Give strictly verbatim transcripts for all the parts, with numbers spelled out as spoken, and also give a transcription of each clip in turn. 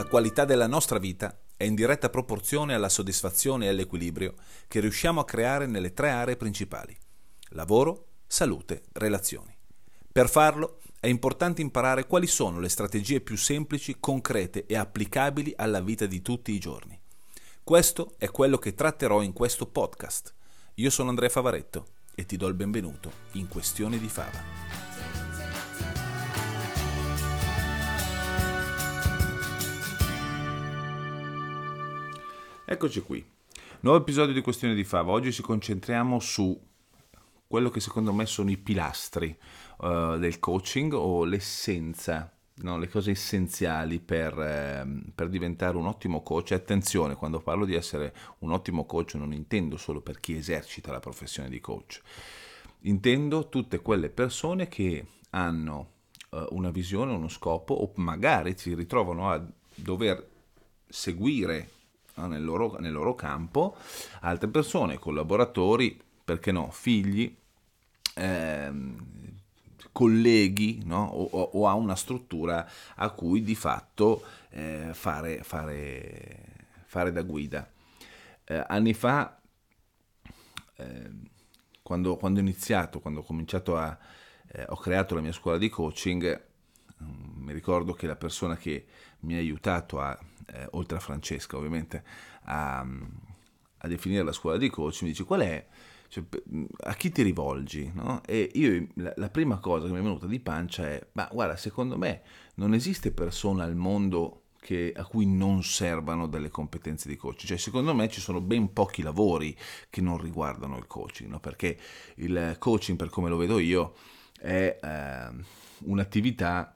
qualità della nostra vita è in diretta proporzione alla soddisfazione e all'equilibrio che riusciamo a creare nelle tre aree principali: lavoro, salute, relazioni. Per farlo è importante imparare quali sono le strategie più semplici, concrete e applicabili alla vita di tutti i giorni. Questo è quello che tratterò in questo podcast. Io sono Andrea Favaretto e ti do il benvenuto in Questione di Fava. Eccoci qui, nuovo episodio di Questione di Fava. Oggi ci concentriamo su quello che secondo me sono i pilastri uh, del coaching o l'essenza, no? Le cose essenziali per, eh, per diventare un ottimo coach. E attenzione, quando parlo di essere un ottimo coach non intendo solo per chi esercita la professione di coach, intendo tutte quelle persone che hanno uh, una visione, uno scopo o magari si ritrovano a dover seguire Nel loro, nel loro campo altre persone, collaboratori, perché no, figli, ehm, colleghi, no? o, o a una struttura a cui di fatto eh, fare, fare, fare da guida. Eh, anni fa, eh, quando, quando ho iniziato, quando ho cominciato a, eh, ho creato la mia scuola di coaching, mi ricordo che la persona che mi ha aiutato a, eh, oltre a Francesca ovviamente, a, a definire la scuola di coach, mi dice: qual è, cioè, a chi ti rivolgi? No? E io la, la prima cosa che mi è venuta di pancia è: ma guarda, secondo me non esiste persona al mondo che, a cui non servano delle competenze di coaching. Cioè, secondo me ci sono ben pochi lavori che non riguardano il coaching, no? Perché il coaching, per come lo vedo io, è eh, un'attività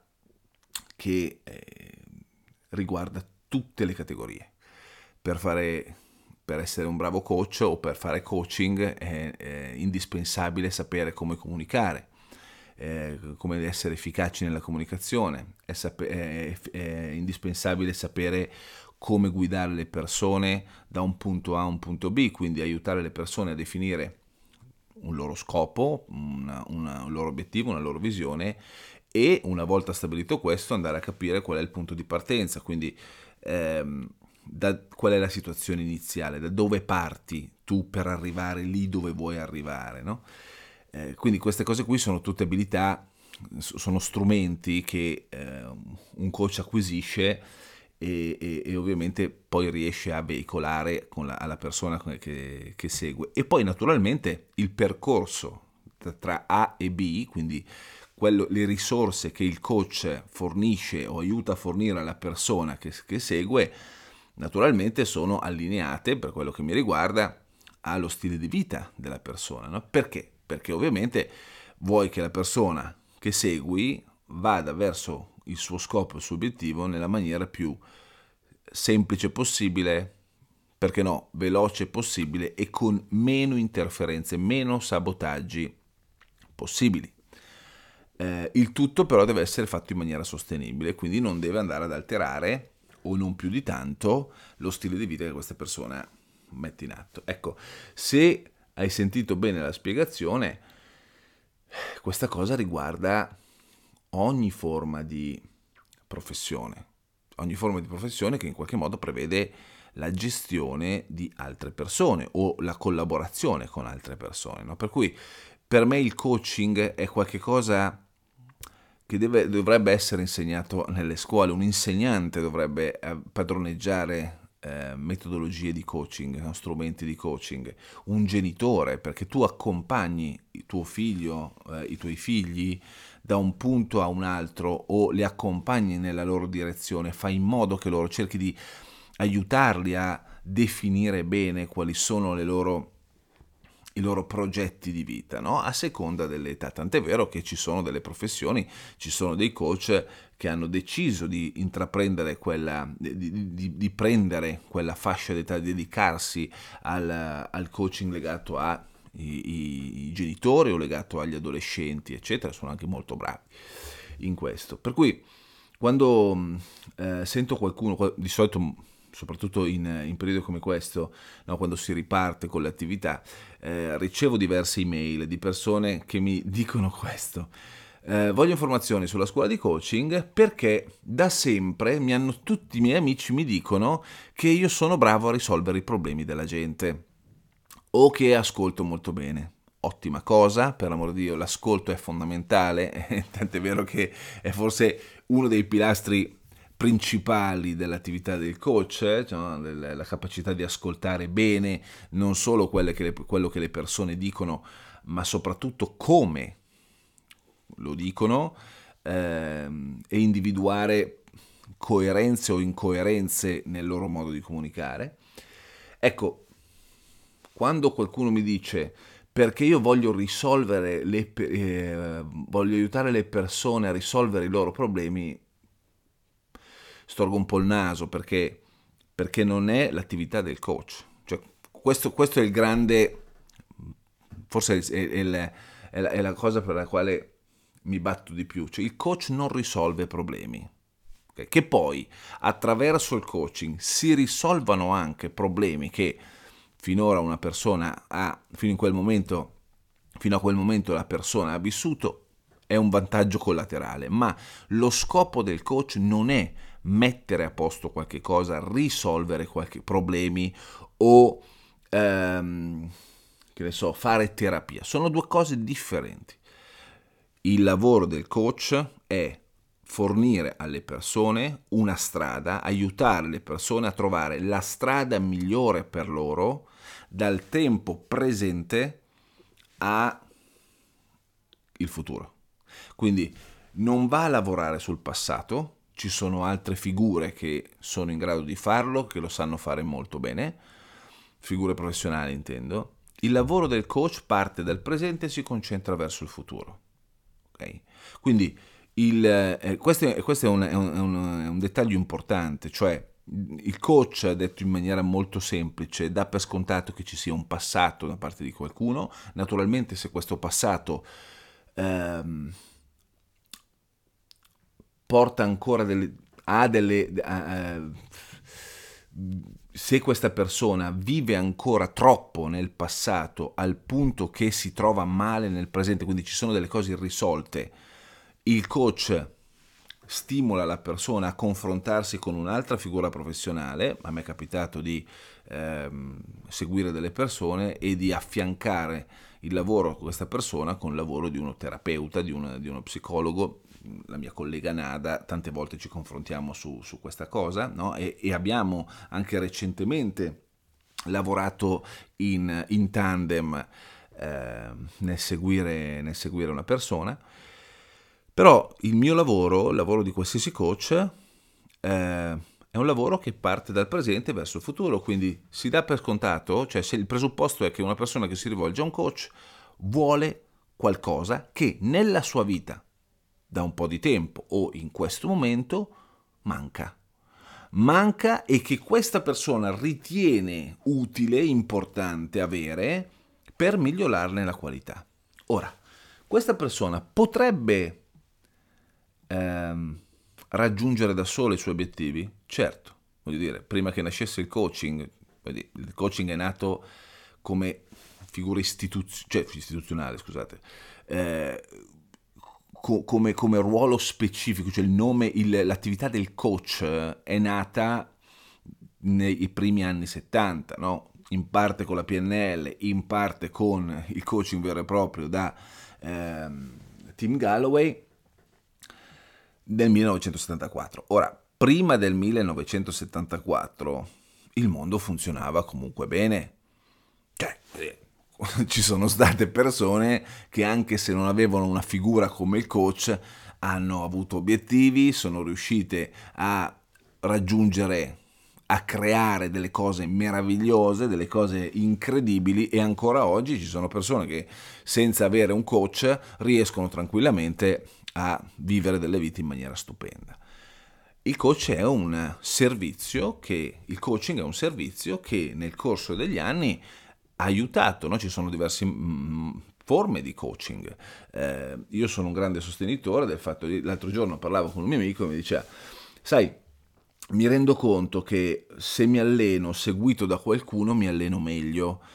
che eh, riguarda tutte le categorie. Per fare, per essere un bravo coach o per fare coaching è, è indispensabile sapere come comunicare, eh, come essere efficaci nella comunicazione, è, sap- è, è indispensabile sapere come guidare le persone da un punto A a un punto B, quindi aiutare le persone a definire un loro scopo, una, una, un loro obiettivo, una loro visione, e una volta stabilito questo andare a capire qual è il punto di partenza, quindi ehm, da, qual è la situazione iniziale, da dove parti tu per arrivare lì dove vuoi arrivare, no? Eh, quindi queste cose qui sono tutte abilità, sono strumenti che eh, un coach acquisisce e, e, e ovviamente poi riesce a veicolare con la, alla persona che, che segue. E poi naturalmente il percorso tra A e B, quindi quello, le risorse che il coach fornisce o aiuta a fornire alla persona che, che segue, naturalmente sono allineate, per quello che mi riguarda, allo stile di vita della persona, no? Perché? Perché ovviamente vuoi che la persona che segui vada verso il suo scopo, il suo obiettivo nella maniera più semplice possibile, perché no, veloce possibile e con meno interferenze, meno sabotaggi possibili. Eh, il tutto però deve essere fatto in maniera sostenibile, quindi non deve andare ad alterare o non più di tanto lo stile di vita che questa persona mette in atto. Ecco, se hai sentito bene la spiegazione, questa cosa riguarda ogni forma di professione, ogni forma di professione che in qualche modo prevede la gestione di altre persone o la collaborazione con altre persone, no? Per cui per me il coaching è qualcosa che deve, dovrebbe essere insegnato nelle scuole. Un insegnante dovrebbe padroneggiare eh, metodologie di coaching, no? Strumenti di coaching. Un genitore, perché tu accompagni il tuo figlio, eh, i tuoi figli da un punto a un altro o li accompagni nella loro direzione, fai in modo che loro cerchi di aiutarli a definire bene quali sono le loro i loro progetti di vita, no? A seconda dell'età. Tant'è vero che ci sono delle professioni, ci sono dei coach che hanno deciso di intraprendere quella, di, di, di prendere quella fascia d'età, di dedicarsi al, al coaching legato ai i, i genitori o legato agli adolescenti, eccetera. Sono anche molto bravi in questo. Per cui quando eh, sento qualcuno, di solito soprattutto in, in periodi come questo, no, quando si riparte con le attività, eh, ricevo diverse email di persone che mi dicono questo: Eh, voglio informazioni sulla scuola di coaching perché da sempre mi hanno, tutti i miei amici mi dicono che io sono bravo a risolvere i problemi della gente o che ascolto molto bene. Ottima cosa, per l'amor di Dio, l'ascolto è fondamentale, tant'è vero che è forse uno dei pilastri principali dell'attività del coach, cioè la capacità di ascoltare bene non solo quelle che le, quello che le persone dicono, ma soprattutto come lo dicono, ehm, e individuare coerenze o incoerenze nel loro modo di comunicare. Ecco, quando qualcuno mi dice perché io voglio risolvere le, eh, voglio aiutare le persone a risolvere i loro problemi, storgo un po' il naso perché, perché non è l'attività del coach. Cioè, questo, questo è il grande, forse è, è, è, la, è, la, è la cosa per la quale mi batto di più. Cioè, il coach non risolve problemi. Okay? Che poi attraverso il coaching si risolvano anche problemi che finora una persona ha, fino in quel momento, fino a quel momento la persona ha vissuto, è un vantaggio collaterale, ma lo scopo del coach non è mettere a posto qualche cosa, risolvere qualche problemi o ehm, che ne so, fare terapia. Sono due cose differenti. Il lavoro del coach è fornire alle persone una strada, aiutare le persone a trovare la strada migliore per loro dal tempo presente a il futuro. Quindi non va a lavorare sul passato, ci sono altre figure che sono in grado di farlo, che lo sanno fare molto bene, figure professionali intendo. Il lavoro del coach parte dal presente e si concentra verso il futuro. Okay? Quindi il, eh, questo, è, questo è, un, è, un, è un dettaglio importante, cioè il coach, detto in maniera molto semplice, dà per scontato che ci sia un passato da parte di qualcuno. Naturalmente se questo passato ehm, porta ancora delle, ha delle eh, se questa persona vive ancora troppo nel passato al punto che si trova male nel presente, quindi ci sono delle cose irrisolte, il coach stimola la persona a confrontarsi con un'altra figura professionale. A me è capitato di ehm, seguire delle persone e di affiancare il lavoro con questa persona con il lavoro di uno terapeuta, di, una, di uno psicologo. La mia collega Nada, tante volte ci confrontiamo su, su questa cosa, no? e, e abbiamo anche recentemente lavorato in, in tandem eh, nel, seguire, nel seguire una persona. Però il mio lavoro, il lavoro di qualsiasi coach, eh, è un lavoro che parte dal presente verso il futuro, quindi si dà per scontato, cioè se il presupposto è che una persona che si rivolge a un coach vuole qualcosa che nella sua vita da un po' di tempo o in questo momento manca. Manca e che questa persona ritiene utile, importante avere per migliorarne la qualità. Ora, questa persona potrebbe ehm, raggiungere da sola i suoi obiettivi? Certo, voglio dire, prima che nascesse il coaching, dire, il coaching è nato come figura istituz- cioè, istituzionale, scusate, eh, co- come, come ruolo specifico, cioè il nome, il, l'attività del coach è nata nei primi anni settanta, no? In parte con la P N L, in parte con il coaching vero e proprio da ehm, Tim Galloway del millenovecentosettantaquattro. Ora, prima del millenovecentosettantaquattro il mondo funzionava comunque bene. Cioè, eh, ci sono state persone che anche se non avevano una figura come il coach hanno avuto obiettivi, sono riuscite a raggiungere, a creare delle cose meravigliose, delle cose incredibili, e ancora oggi ci sono persone che senza avere un coach riescono tranquillamente a vivere delle vite in maniera stupenda. Il coach è un servizio che, il coaching è un servizio che nel corso degli anni ha aiutato, no? Ci sono diverse mh, forme di coaching. Eh, io sono un grande sostenitore del fatto che l'altro giorno parlavo con un mio amico e mi diceva, sai, mi rendo conto che se mi alleno seguito da qualcuno mi alleno meglio.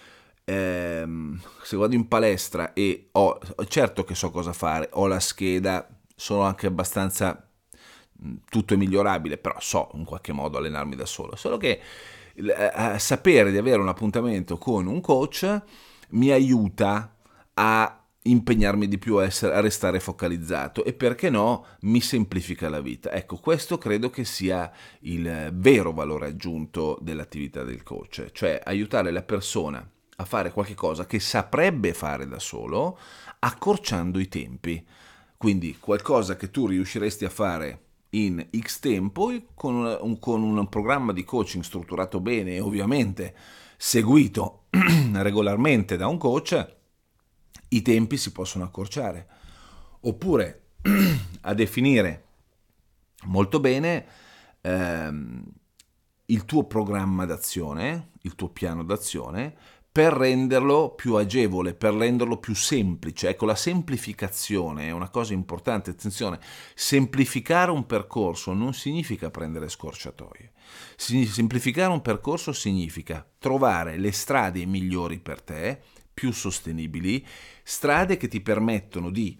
ehm, se vado in palestra e ho, certo che so cosa fare, ho la scheda, sono anche abbastanza, tutto è migliorabile, però so in qualche modo allenarmi da solo, solo che eh, sapere di avere un appuntamento con un coach mi aiuta a impegnarmi di più a, essere, a restare focalizzato e perché no mi semplifica la vita. Ecco, questo credo che sia il vero valore aggiunto dell'attività del coach, cioè aiutare la persona a fare qualche cosa che saprebbe fare da solo accorciando i tempi. Quindi qualcosa che tu riusciresti a fare in X tempo con un, con un programma di coaching strutturato bene e ovviamente seguito regolarmente da un coach, i tempi si possono accorciare. Oppure a definire molto bene ehm, il tuo programma d'azione, il tuo piano d'azione, per renderlo più agevole, per renderlo più semplice. Ecco, la semplificazione è una cosa importante. Attenzione, semplificare un percorso non significa prendere scorciatoie. Semplificare un percorso significa trovare le strade migliori per te, più sostenibili, strade che ti permettono di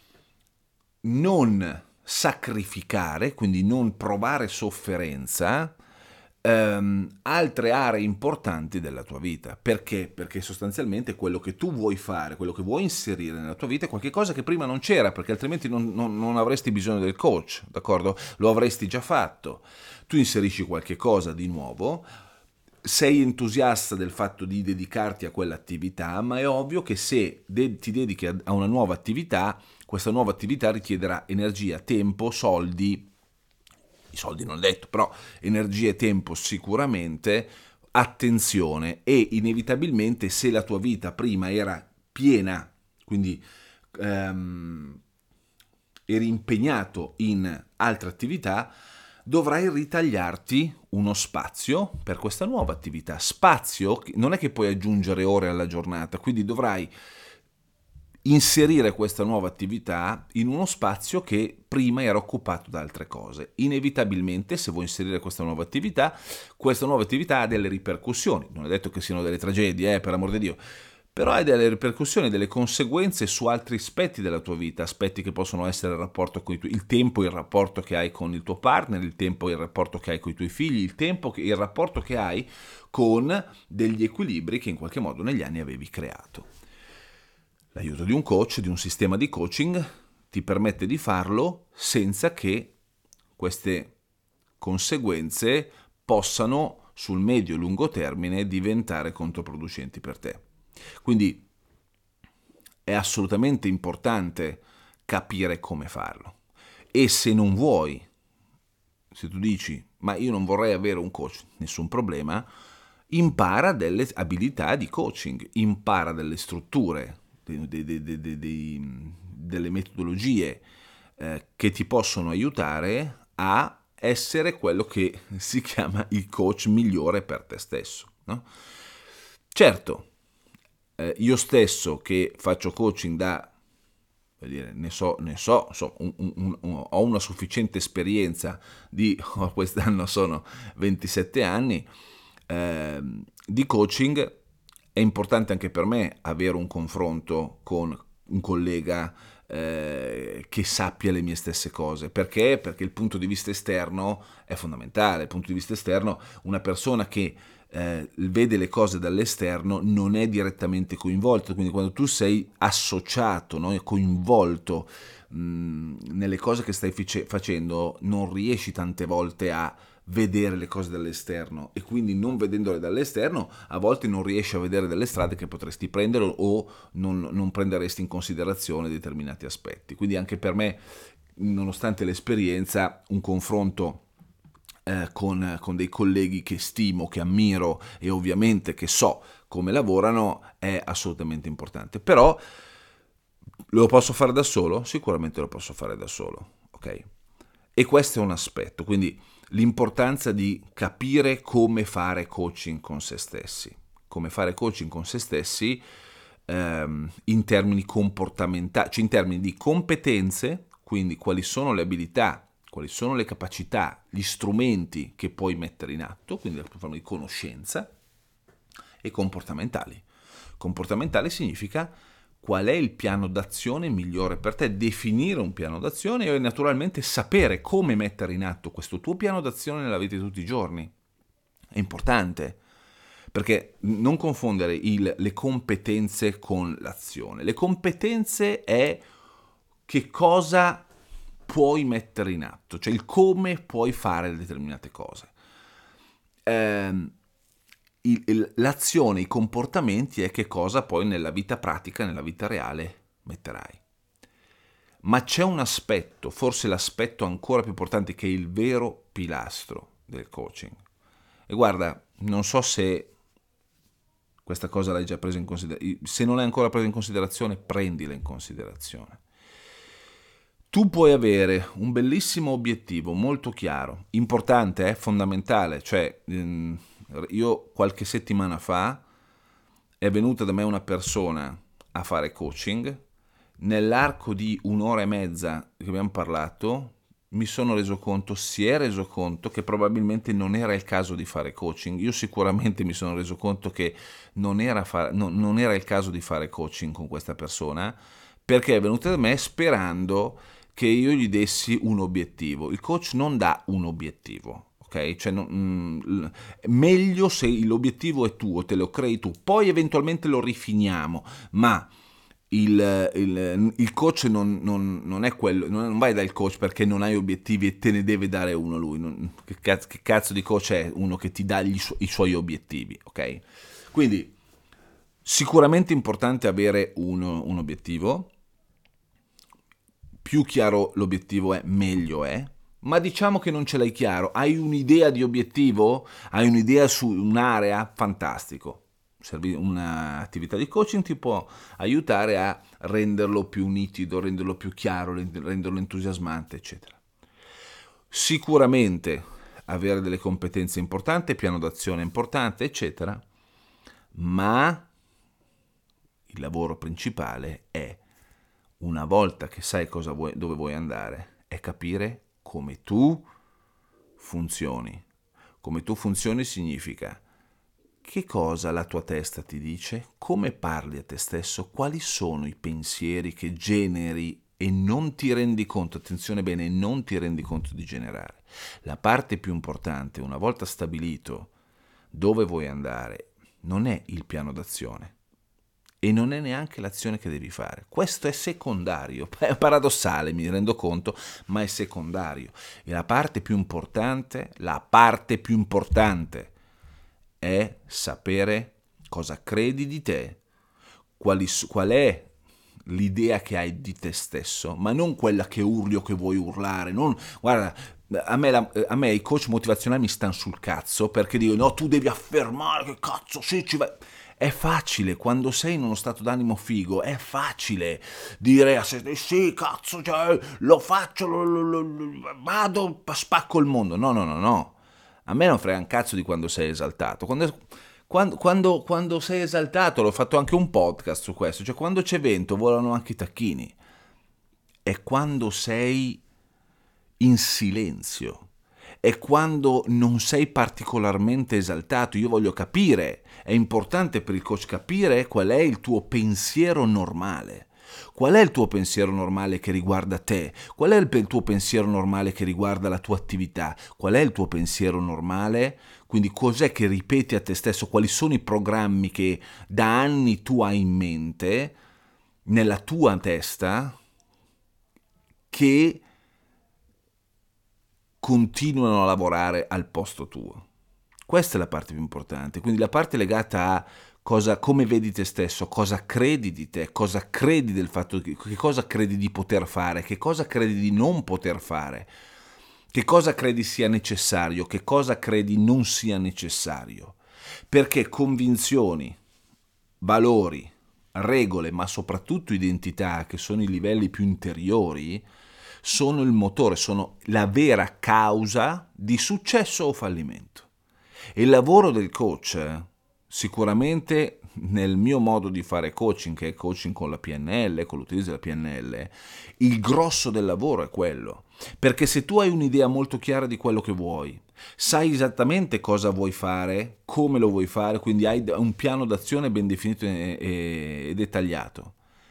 non sacrificare, quindi non provare sofferenza, ehm, altre aree importanti della tua vita. Perché? Perché sostanzialmente quello che tu vuoi fare, quello che vuoi inserire nella tua vita è qualcosa che prima non c'era, perché altrimenti non, non, non avresti bisogno del coach, d'accordo? Lo avresti già fatto. Tu inserisci qualche cosa di nuovo, sei entusiasta del fatto di dedicarti a quell'attività, ma è ovvio che se de- ti dedichi a una nuova attività, questa nuova attività richiederà energia, tempo, soldi, i soldi non è detto, però energia e tempo sicuramente, attenzione, e inevitabilmente se la tua vita prima era piena, quindi ehm, eri impegnato in altre attività, dovrai ritagliarti uno spazio per questa nuova attività. Spazio non è che puoi aggiungere ore alla giornata, quindi dovrai inserire questa nuova attività in uno spazio che prima era occupato da altre cose. Inevitabilmente, se vuoi inserire questa nuova attività, questa nuova attività ha delle ripercussioni. Non è detto che siano delle tragedie, eh, per amor di Dio, però hai delle ripercussioni, delle conseguenze su altri aspetti della tua vita, aspetti che possono essere il rapporto con i tuoi, il tempo, il rapporto che hai con il tuo partner, il tempo, il rapporto che hai con i tuoi figli, il tempo, il rapporto che hai con degli equilibri che in qualche modo negli anni avevi creato. L'aiuto di un coach, di un sistema di coaching, ti permette di farlo senza che queste conseguenze possano sul medio e lungo termine diventare controproducenti per te. Quindi è assolutamente importante capire come farlo. E se non vuoi, se tu dici, ma io non vorrei avere un coach, nessun problema, impara delle abilità di coaching, impara delle strutture, de, de, de, de, de, delle metodologie eh, che ti possono aiutare a essere quello che si chiama il coach migliore per te stesso, no? Certo, eh, io stesso che faccio coaching da, per dire, ne so, ne so, so un, un, un, ho una sufficiente esperienza di, oh, quest'anno sono ventisette anni, eh, di coaching, è importante anche per me avere un confronto con un collega eh, che sappia le mie stesse cose. Perché? Perché il punto di vista esterno è fondamentale. Il punto di vista esterno, una persona che eh, vede le cose dall'esterno non è direttamente coinvolto, quindi quando tu sei associato, no, coinvolto mh, nelle cose che stai fice- facendo, non riesci tante volte a vedere le cose dall'esterno, e quindi non vedendole dall'esterno a volte non riesci a vedere delle strade che potresti prendere o non, non prenderesti in considerazione determinati aspetti. Quindi anche per me, nonostante l'esperienza, un confronto eh, con, con dei colleghi che stimo, che ammiro e ovviamente che so come lavorano è assolutamente importante. Però lo posso fare da solo? Sicuramente lo posso fare da solo, ok? E questo è un aspetto, quindi l'importanza di capire come fare coaching con se stessi, come fare coaching con se stessi ehm, in termini comportamentali, cioè in termini di competenze, quindi quali sono le abilità, quali sono le capacità, gli strumenti che puoi mettere in atto, quindi la forma di conoscenza, e comportamentali. Comportamentale significa qual è il piano d'azione migliore per te, definire un piano d'azione e naturalmente sapere come mettere in atto questo tuo piano d'azione nella vita di tutti i giorni. È importante, perché non confondere il, le competenze con l'azione. Le competenze è che cosa puoi mettere in atto, cioè il come puoi fare determinate cose. Eh, il, il, l'azione, i comportamenti è che cosa poi nella vita pratica, nella vita reale metterai. Ma c'è un aspetto, forse l'aspetto ancora più importante, che è il vero pilastro del coaching. E guarda, non so se questa cosa l'hai già presa in considerazione, se non l'hai ancora presa in considerazione, prendila in considerazione. Tu puoi avere un bellissimo obiettivo, molto chiaro, importante, eh, fondamentale, cioè ehm, io qualche settimana fa è venuta da me una persona a fare coaching, nell'arco di un'ora e mezza che abbiamo parlato, mi sono reso conto, si è reso conto che probabilmente non era il caso di fare coaching. Io sicuramente mi sono reso conto che non era, fa- no, non era il caso di fare coaching con questa persona, perché è venuta da me sperando che io gli dessi un obiettivo. Il coach non dà un obiettivo, ok? Cioè, non, mm, meglio se l'obiettivo è tuo, te lo crei tu, poi eventualmente lo rifiniamo, ma Il, il, il coach non, non, non è quello, non vai dal coach perché non hai obiettivi e te ne deve dare uno lui. Non, che, cazzo, che cazzo di coach è uno che ti dà gli su, i suoi obiettivi, ok? Quindi sicuramente è importante avere un, un obiettivo, più chiaro l'obiettivo è, meglio è, ma diciamo che non ce l'hai chiaro, hai un'idea di obiettivo, hai un'idea su un'area, fantastico. Un'attività di coaching ti può aiutare a renderlo più nitido, renderlo più chiaro, renderlo entusiasmante, eccetera. Sicuramente avere delle competenze importanti, piano d'azione importante, eccetera, ma il lavoro principale è, una volta che sai cosa vuoi, dove vuoi andare, è capire come tu funzioni. Come tu funzioni significa che cosa la tua testa ti dice, come parli a te stesso, quali sono i pensieri che generi e non ti rendi conto, attenzione bene, non ti rendi conto di generare. La parte più importante, una volta stabilito dove vuoi andare, non è il piano d'azione e non è neanche l'azione che devi fare. Questo è secondario, è paradossale, mi rendo conto, ma è secondario. E la parte più importante, la parte più importante è sapere cosa credi di te, quali, qual è l'idea che hai di te stesso, ma non quella che urli o che vuoi urlare. Non, guarda, a me, la, a me i coach motivazionali mi stanno sul cazzo perché dicono no, tu devi affermare che cazzo sì, ci vai. È facile, quando sei in uno stato d'animo figo, è facile dire a se sì, cazzo, cioè, lo faccio, lo, lo, lo, vado, spacco il mondo. No, no, no, no. A me non frega un cazzo di quando sei esaltato. Quando, quando, quando, quando sei esaltato, l'ho fatto anche un podcast su questo, cioè quando c'è vento volano anche i tacchini. È quando sei in silenzio. È quando non sei particolarmente esaltato. Io voglio capire, è importante per il coach capire qual è il tuo pensiero normale. Qual è il tuo pensiero normale che riguarda te? Qual è il tuo pensiero normale che riguarda la tua attività? Qual è il tuo pensiero normale? Quindi cos'è che ripeti a te stesso? Quali sono i programmi che da anni tu hai in mente, nella tua testa, che continuano a lavorare al posto tuo? Questa è la parte più importante. Quindi la parte legata a cosa, come vedi te stesso, cosa credi di te, cosa credi del fatto che, che cosa credi di poter fare, che cosa credi di non poter fare, che cosa credi sia necessario, che cosa credi non sia necessario. Perché convinzioni, valori, regole, ma soprattutto identità, che sono i livelli più interiori, sono il motore, sono la vera causa di successo o fallimento. E il lavoro del coach sicuramente nel mio modo di fare coaching, che è coaching con la P N L, con l'utilizzo della P N L, il grosso del lavoro è quello. Perché se tu hai un'idea molto chiara di quello che vuoi, sai esattamente cosa vuoi fare, come lo vuoi fare, quindi hai un piano d'azione ben definito e, e, e dettagliato,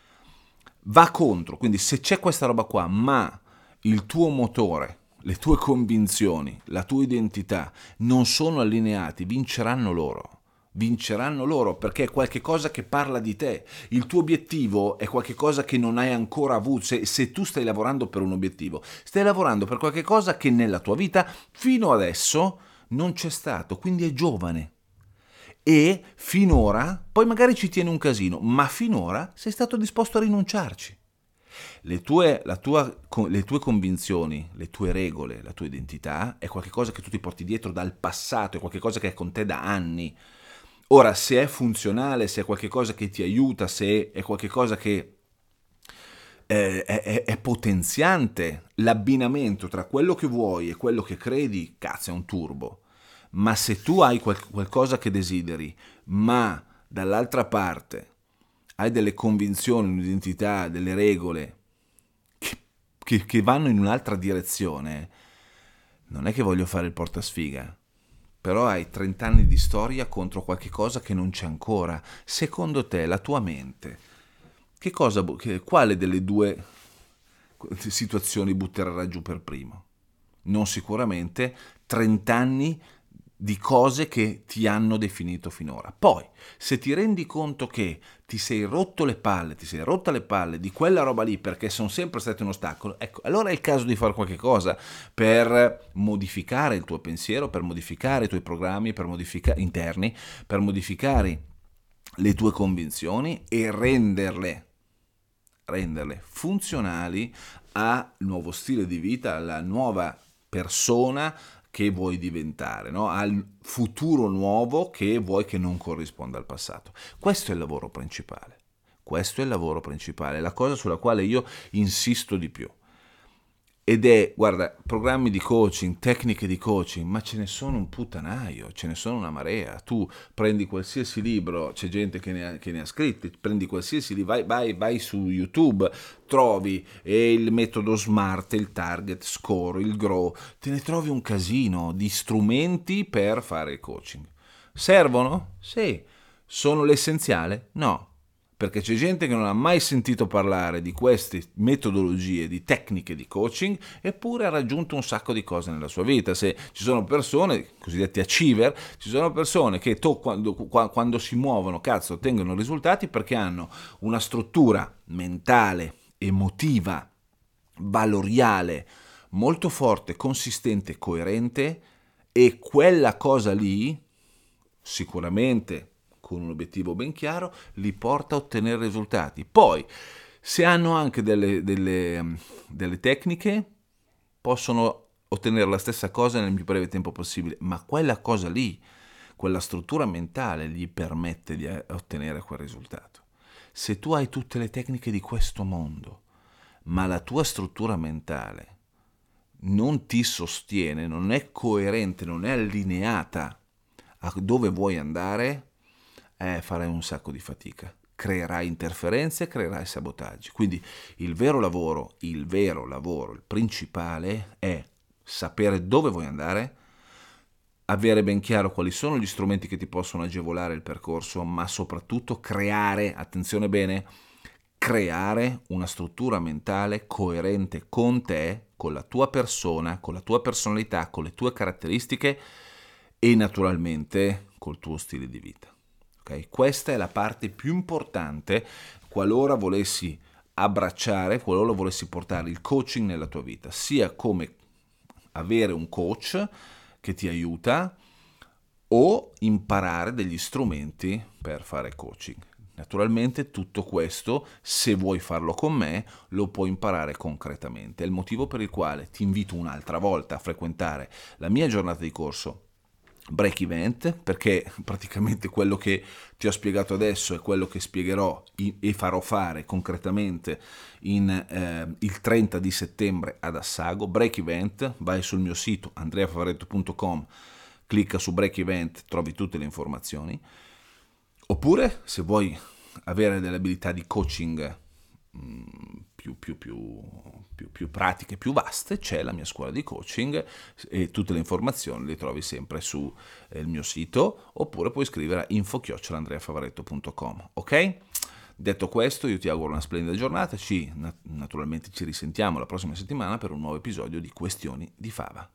va contro. Quindi se c'è questa roba qua, ma il tuo motore, le tue convinzioni, la tua identità non sono allineati, vinceranno loro. Vinceranno loro perché è qualche cosa che parla di te. Il tuo obiettivo è qualche cosa che non hai ancora avuto. Se, se tu stai lavorando per un obiettivo, stai lavorando per qualche cosa che nella tua vita fino adesso non c'è stato, quindi è giovane. E finora, poi magari ci tieni un casino, ma finora sei stato disposto a rinunciarci. Le tue, la tua, le tue convinzioni, le tue regole, la tua identità è qualcosa che tu ti porti dietro dal passato, è qualcosa che è con te da anni. Ora, se è funzionale, se è qualcosa che ti aiuta, se è qualcosa che eh, è, è, è potenziante, l'abbinamento tra quello che vuoi e quello che credi, cazzo, è un turbo. Ma se tu hai qual- qualcosa che desideri, ma dall'altra parte hai delle convinzioni, un'identità, delle regole che, che, che vanno in un'altra direzione, non è che voglio fare il portasfiga, però hai trenta anni di storia contro qualche cosa che non c'è ancora. Secondo te, la tua mente, che cosa, che, quale delle due situazioni butterà giù per primo? Non sicuramente trenta anni di cose che ti hanno definito finora. Poi, se ti rendi conto che ti sei rotto le palle, ti sei rotta le palle di quella roba lì perché sono sempre stati un ostacolo, ecco, allora è il caso di fare qualche cosa per modificare il tuo pensiero, per modificare i tuoi programmi, per modificare interni, per modificare le tue convinzioni e renderle renderle funzionali al nuovo stile di vita, alla nuova persona che vuoi diventare, no? Al futuro nuovo che vuoi che non corrisponda al passato. Questo è il lavoro principale. Questo è il lavoro principale, la cosa sulla quale io insisto di più. Ed è, guarda, programmi di coaching, tecniche di coaching, ma ce ne sono un puttanaio, ce ne sono una marea. Tu prendi qualsiasi libro, c'è gente che ne ha, che ne ha scritti, prendi qualsiasi libro, vai, vai, vai su YouTube, trovi eh, il metodo SMART, il target, score, il grow, te ne trovi un casino di strumenti per fare il coaching. Servono? Sì. Sono l'essenziale? No. Perché c'è gente che non ha mai sentito parlare di queste metodologie, di tecniche di coaching, eppure ha raggiunto un sacco di cose nella sua vita. Se ci sono persone, cosiddetti achiever, ci sono persone che to, quando, quando si muovono, cazzo, ottengono risultati perché hanno una struttura mentale, emotiva, valoriale, molto forte, consistente, coerente, e quella cosa lì, sicuramente con un obiettivo ben chiaro, li porta a ottenere risultati. Poi, se hanno anche delle, delle, delle tecniche, possono ottenere la stessa cosa nel più breve tempo possibile, ma quella cosa lì, quella struttura mentale gli permette di ottenere quel risultato. Se tu hai tutte le tecniche di questo mondo, ma la tua struttura mentale non ti sostiene, non è coerente, non è allineata a dove vuoi andare, eh, farai un sacco di fatica, creerai interferenze, creerai sabotaggi. Quindi il vero lavoro, il vero lavoro, il principale è sapere dove vuoi andare, avere ben chiaro quali sono gli strumenti che ti possono agevolare il percorso, ma soprattutto creare, attenzione bene, creare una struttura mentale coerente con te, con la tua persona, con la tua personalità, con le tue caratteristiche e naturalmente col tuo stile di vita. Okay? Questa è la parte più importante qualora volessi abbracciare, qualora volessi portare il coaching nella tua vita, sia come avere un coach che ti aiuta o imparare degli strumenti per fare coaching. Naturalmente tutto questo, se vuoi farlo con me, lo puoi imparare concretamente. È il motivo per il quale ti invito un'altra volta a frequentare la mia giornata di corso Break Event, perché praticamente quello che ti ho spiegato adesso è quello che spiegherò e farò fare concretamente in, eh, il trenta di settembre ad Assago. Break Event, vai sul mio sito andrea favaretto punto com, clicca su Break Event, trovi tutte le informazioni. Oppure, se vuoi avere delle abilità di coaching mh, più, più, più, più, più pratiche, più vaste, c'è la mia scuola di coaching e tutte le informazioni le trovi sempre sul mio sito, oppure puoi scrivere a info chiocciola andrea favaretto punto com, ok? Detto questo, io ti auguro una splendida giornata, ci, naturalmente ci risentiamo la prossima settimana per un nuovo episodio di Questioni di Fava.